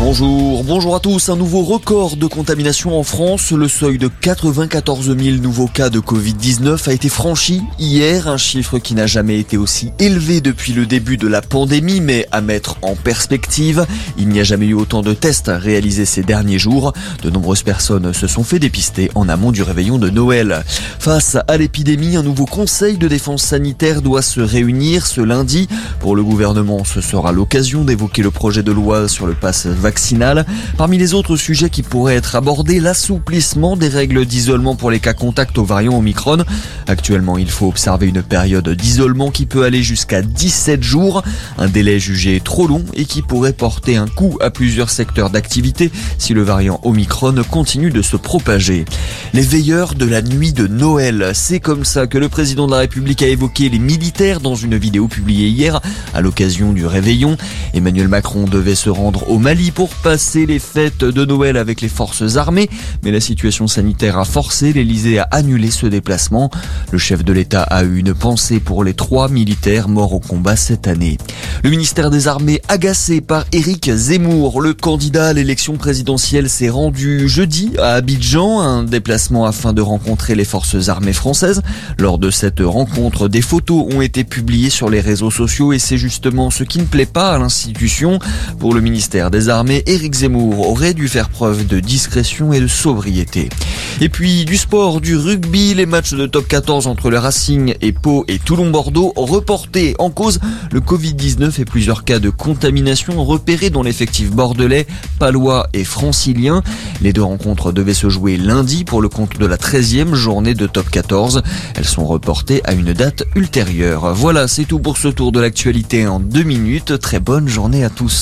Bonjour à tous. Un nouveau record de contamination en France. Le seuil de 94 000 nouveaux cas de Covid-19 a été franchi hier. Un chiffre qui n'a jamais été aussi élevé depuis le début de la pandémie, mais à mettre en perspective. Il n'y a jamais eu autant de tests réalisés ces derniers jours. De nombreuses personnes se sont fait dépister en amont du réveillon de Noël. Face à l'épidémie, un nouveau conseil de défense sanitaire doit se réunir ce lundi. Pour le gouvernement, ce sera l'occasion d'évoquer le projet de loi sur le pass vaccinal. Parmi les autres sujets qui pourraient être abordés, l'assouplissement des règles d'isolement pour les cas contacts au variant Omicron. Actuellement, il faut observer une période d'isolement qui peut aller jusqu'à 17 jours. Un délai jugé trop long et qui pourrait porter un coup à plusieurs secteurs d'activité si le variant Omicron continue de se propager. Les veilleurs de la nuit de Noël, c'est comme ça que le président de la République a évoqué les militaires dans une vidéo publiée hier à l'occasion du réveillon. Emmanuel Macron devait se rendre au Mali pour passer les fêtes de Noël avec les forces armées, mais la situation sanitaire a forcé l'Elysée à annuler ce déplacement. Le chef de l'État a eu une pensée pour les 3 militaires morts au combat cette année. Le ministère des Armées agacé par Éric Zemmour. Le candidat à l'élection présidentielle s'est rendu jeudi à Abidjan, un déplacement afin de rencontrer les forces armées françaises. Lors de cette rencontre, des photos ont été publiées sur les réseaux sociaux et c'est justement ce qui ne plaît pas à l'institution. Pour le ministère des Armées, Éric Zemmour aurait dû faire preuve de discrétion et de sobriété. Et puis du sport, du rugby, les matchs de top 14 entre le Racing et Pau et Toulon-Bordeaux reportés. En cause, le Covid-19 et plusieurs cas de contamination repérés dans l'effectif bordelais, palois et francilien. Les 2 rencontres devaient se jouer lundi pour le compte de la 13e journée de top 14. Elles sont reportées à une date ultérieure. Voilà, c'est tout pour ce tour de l'actualité en 2 minutes. Très bonne journée à tous.